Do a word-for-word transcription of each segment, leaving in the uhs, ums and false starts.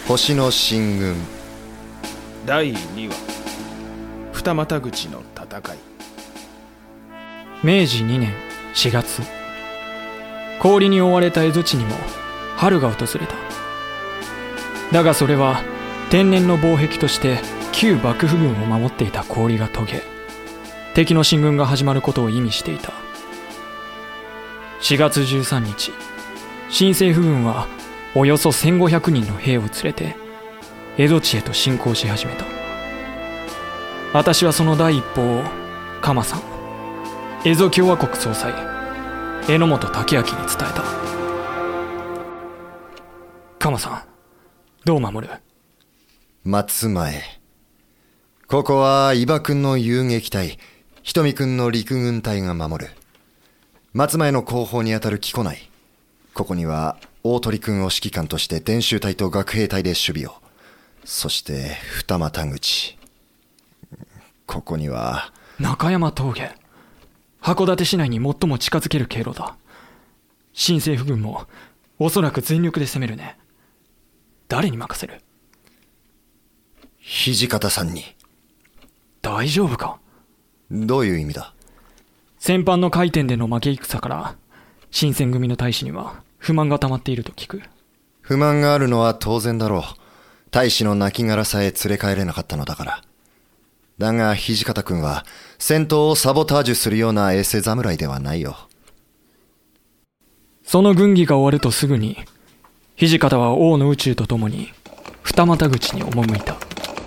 星の進軍だいにわ二股口の戦い。 めいじにねんしがつ、氷に覆われた蝦夷地にも春が訪れた。だがそれは天然の防壁として旧幕府軍を守っていた氷が溶け、敵の進軍が始まることを意味していた。しがつじゅうさんにち、新政府軍はおよそせんごひゃくにんの兵を連れて蝦夷地へと進行し始めた。私はその第一報を鎌さん、蝦夷共和国総裁榎本武明に伝えた。鎌さん、どう守る？ 松前。ここは伊庭君の遊撃隊、瞳君の陸軍隊が守る。松前の後方にあたる木古内、ここには大鳥君を指揮官として伝習隊と学兵隊で守備を。そして二股口、ここには中山峠、函館市内に最も近づける経路だ。新政府軍もおそらく全力で攻めるね。誰に任せる？ 土方さんに。 大丈夫か？ どういう意味だ？ 戦犯の回転での負け戦から新選組の大使には不満が溜まっていると聞く。 不満があるのは当然だろう。大使の亡骸さえ連れ帰れなかったのだから。だが土方君は戦闘をサボタージュするようなエセ侍ではないよ。 その軍議が終わるとすぐに土方は王の宇宙と共に二股口に赴いた。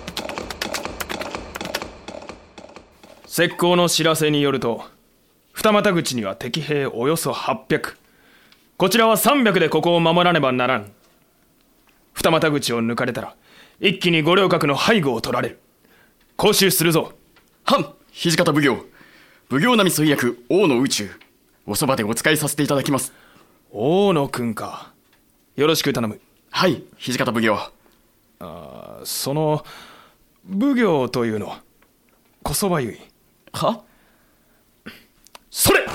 石膏の知らせによると、二股口には敵兵およそはっぴゃく、こちらはさんびゃくでここを守らねばならん。二股口を抜かれたら一気に五稜郭の背後を取られる。行収するぞ。 はん、土方奉行。奉行並随役王の宇宙、おそばでお使いさせていただきます。 大野くんか。よろしく頼む。 はい、土方奉行。 あ、その奉行というのこそばゆい。 は？ それ！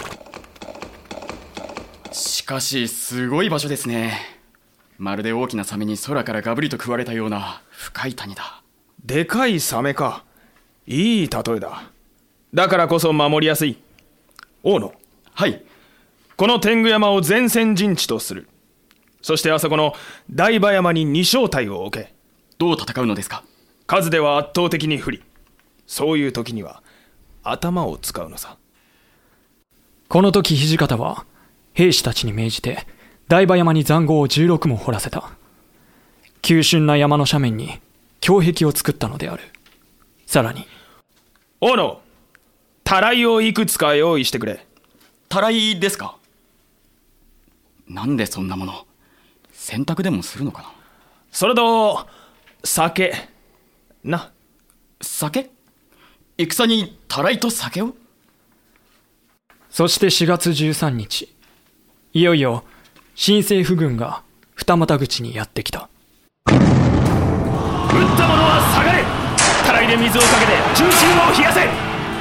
しかしすごい場所ですね。まるで大きなサメに空からガブリと食われたような深い谷だ。 でかいサメか。いい例えだ。だからこそ守りやすい。大野。 はい。 この天狗山を前線陣地とする。そしてあそこの大場山に二小隊を置け。 どう戦うのですか？ 数では圧倒的に不利。そういう時には頭を使うのさ。 この時土方は兵士たちに命じて大場山に塹壕をじゅうろくも掘らせた。急峻な山の斜面に胸壁を作ったのである。さらに、 大野、たらいをいくつか用意してくれ。 たらいですか？なんでそんなもの洗濯でもするのかな。 それと酒な。 酒？戦にたらいと酒を？ そしてしがつじゅうさんにち、いよいよ新政府軍が二股口にやってきた。 撃った者は下がれ。たらいで水をかけて重心を冷やせ。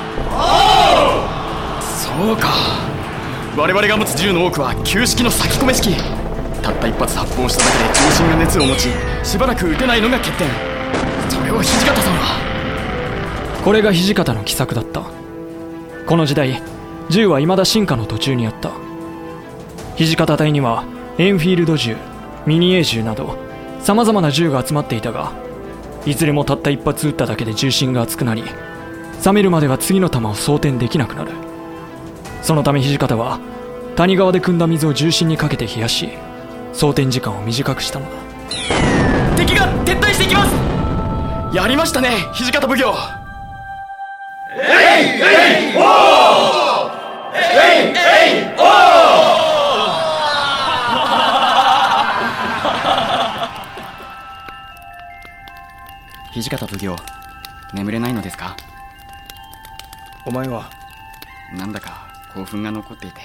そうか、我々が持つ銃の多くは旧式の先込め式。たった一発発砲しただけで重心が熱を持ち、しばらく撃てないのが欠点。それを土方さんは。 これが土方の奇策だった。この時代、銃は未だ進化の途中にあった。土方隊にはエンフィールド銃、ミニエー銃など様々な銃が集まっていたが、いずれもたった一発撃っただけで重心が熱くなり、冷めるまでは次の弾を装填できなくなる。そのため土方は谷川で汲んだ水を重心にかけて冷やし、装填時間を短くしたのだ。 敵が撤退していきます。やりましたね、土方奉行。 えいえいおーえいえいおー土方奉行、眠れないのですか？ お前は？ なんだか興奮が残っていて。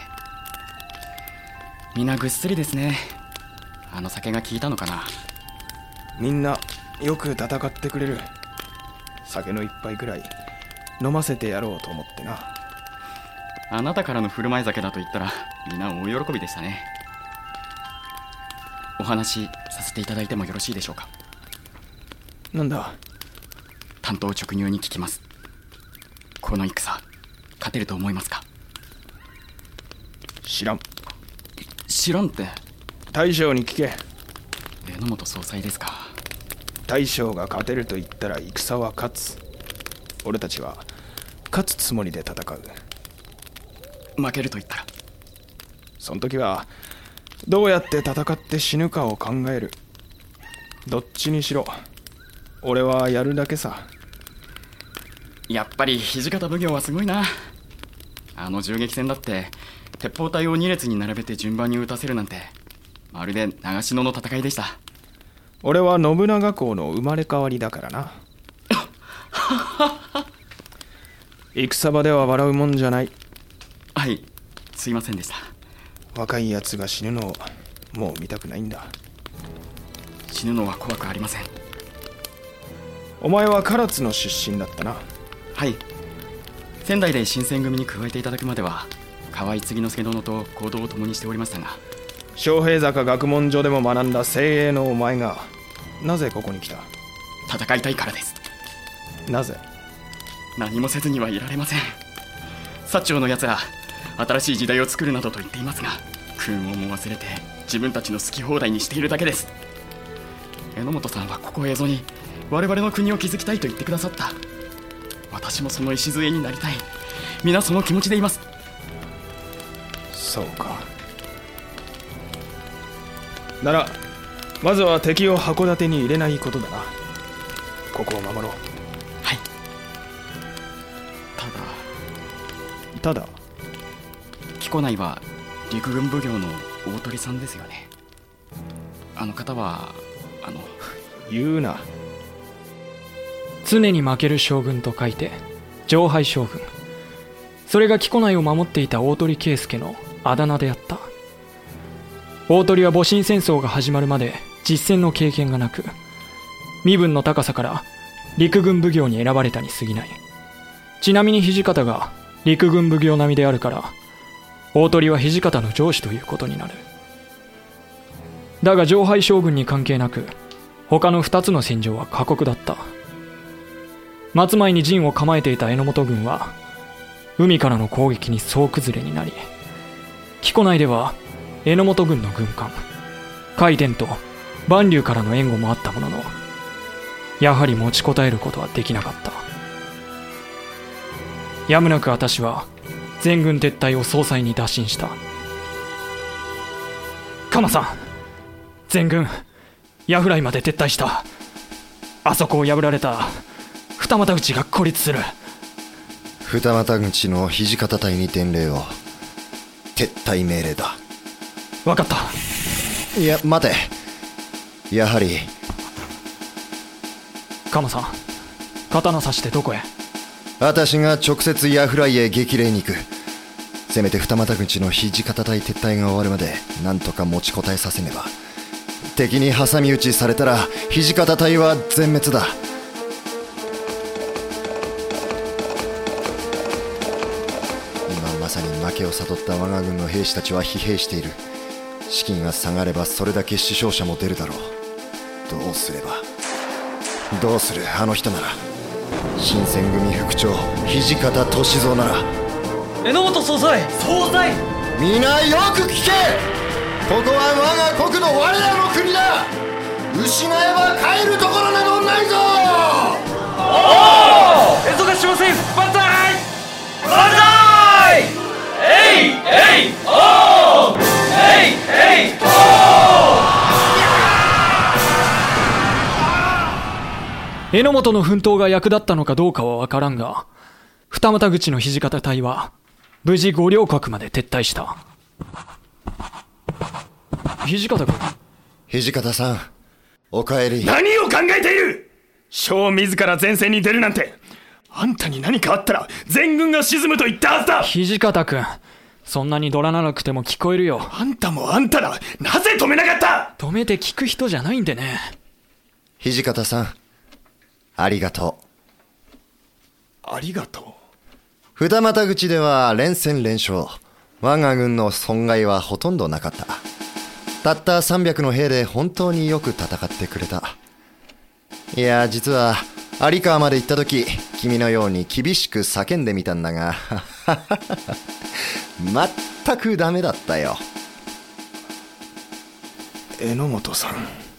みんなぐっすりですね。あの酒が効いたのかな。 みんなよく戦ってくれる。酒の一杯くらい飲ませてやろうと思ってな。 あなたからの振る舞い酒だと言ったらみんな大喜びでしたね。 お話しさせていただいてもよろしいでしょうか。 なんだ。 単刀直入に聞きます。この戦勝てると思いますか？ 知らん。 知らんって。 大将に聞け。 榎本総裁ですか。 大将が勝てると言ったら戦は勝つ。俺たちは勝つつもりで戦う。 負けると言ったら？ その時はどうやって戦って死ぬかを考える。どっちにしろ俺はやるだけさ。 やっぱり土方奉行はすごいな。あの銃撃戦だって鉄砲隊をに列に並べて順番に撃たせるなんて、まるで長篠の戦いでした。 俺は信長公の生まれ変わりだからな。戦場では笑うもんじゃない。 はい、すいませんでした。 若いやつが死ぬのをもう見たくないんだ。 死ぬのは怖くありません。 お前は唐津の出身だったな。 はい、仙台で新選組に加えていただくまでは河合継之助殿と行動を共にしておりましたが、 昌平坂学問所でも学んだ精鋭のお前がなぜここに来た？ 戦いたいからです。 なぜ？ 何もせずにはいられません。薩長のやつは新しい時代を作るなどと言っていますが、空門も忘れて自分たちの好き放題にしているだけです。榎本さんはここ映像に我々の国を築きたいと言ってくださった。私もその礎になりたい。皆その気持ちでいます。 そうか。ならまずは敵を函館に入れないことだな。ここを守ろう。 はい。ただただ木古内は陸軍奉行の大鳥さんですよね。あの方はあの言うな。 常に負ける将軍と書いて勝敗将軍。それが木古内を守っていた大鳥圭介のあだ名であった。大鳥は戊辰戦争が始まるまで実戦の経験がなく、身分の高さから陸軍奉行に選ばれたに過ぎない。ちなみに土方が陸軍奉行並みであるから、大鳥は土方の上司ということになる。だが勝敗将軍に関係なく、他の二つの戦場は過酷だった。松前に陣を構えていた榎本軍は海からの攻撃に総崩れになり、木古内では榎本軍の軍艦海天と万竜からの援護もあったものの、やはり持ちこたえることはできなかった。やむなく私は全軍撤退を総裁に打診した。鎌さん、全軍八フライまで撤退した。あそこを破られた二股口が孤立する。 二股口の土方隊に伝令を。撤退命令だ。 分かった。 いや待て、やはり鎌さん、刀差してどこへ？ 私が直接ヤフライへ激励に行く。せめて二股口の土方隊撤退が終わるまでなんとか持ちこたえさせねば。敵に挟み撃ちされたら土方隊は全滅だ。今まさに負けを悟った我が軍の兵士たちは疲弊している。士気が下がればそれだけ死傷者も出るだろう。どうすれば。どうする。あの人なら、新選組副長土方歳三なら。 榎本総裁総裁皆よく聞け。ここは我が国の我らの国だ。失えば帰るところなどないぞ。 おお、江戸がしません。万歳万歳。えいえいおーえいえいおー。榎本の奮闘が役立ったのかどうかは分からんが、二股口の土方隊は無事五稜郭まで撤退した。土方君。 土方さん、おかえり。 何を考えている。将自ら前線に出るなんて。あんたに何かあったら全軍が沈むと言ったはずだ。 土方君、そんなに怒らなくても聞こえるよ。 あんたもあんただ。なぜ止めなかった。 止めて聞く人じゃないんでね。 土方さん、ありがとう。 ありがとう。 二股口では連戦連勝。我が軍の損害はほとんどなかった。 たったさんびゃくの兵で本当によく戦ってくれた。いや実は有川まで行った時、君のように厳しく叫んでみたんだが全くダメだったよ。 榎本さん。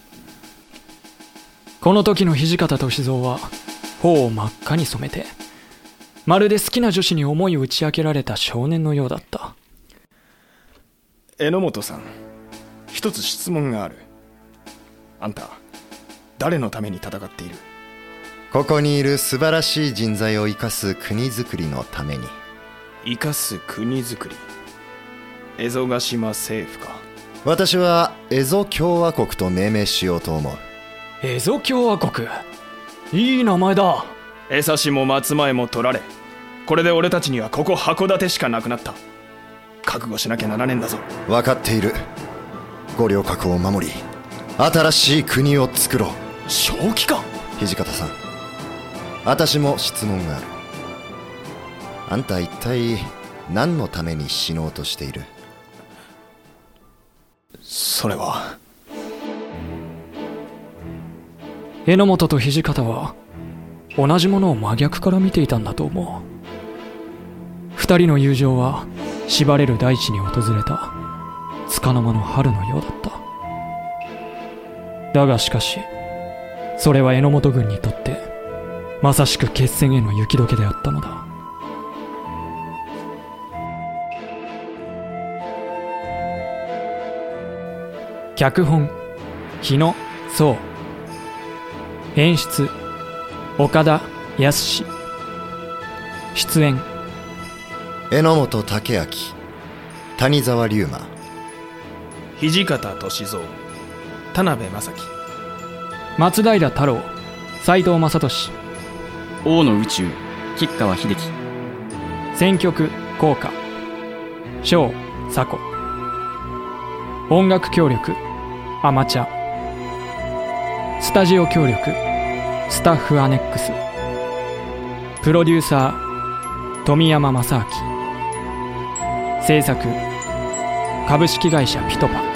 この時の土方歳三は頬を真っ赤に染めて、まるで好きな女子に思いを打ち明けられた少年のようだった。 榎本さん、一つ質問がある。あんた誰のために戦っている？ ここにいる素晴らしい人材を生かす国づくりのために。 生かす国づくり。蝦夷ヶ島政府か。 私は蝦夷共和国と命名しようと思う。 蝦夷共和国、いい名前だ。 江差も松前も取られ、これで俺たちにはここ函館しかなくなった。覚悟しなきゃならねえんだぞ。 分かっている。五稜郭を守り、新しい国を作ろう。 正気か？ 土方さん、私も質問がある。あんた一体何のために死のうとしている？ それは。 榎本と土方は同じものを真逆から見ていたんだと思う。二人の友情は縛れる大地に訪れた束の間の春のようだった。だがしかし、それは榎本軍にとってまさしく決戦への雪解けであったのだ。脚本日野壮、演出岡田康、出演榎本武明、谷沢龍馬、 土方歳三、田辺正樹、 松平太郎、斎藤正俊、 王の宇宙吉川秀樹、 選曲効果翔佐子、音楽協力アマチャ、スタジオ協力スタッフアネックス、プロデューサー富山正明、制作株式会社ピトパ。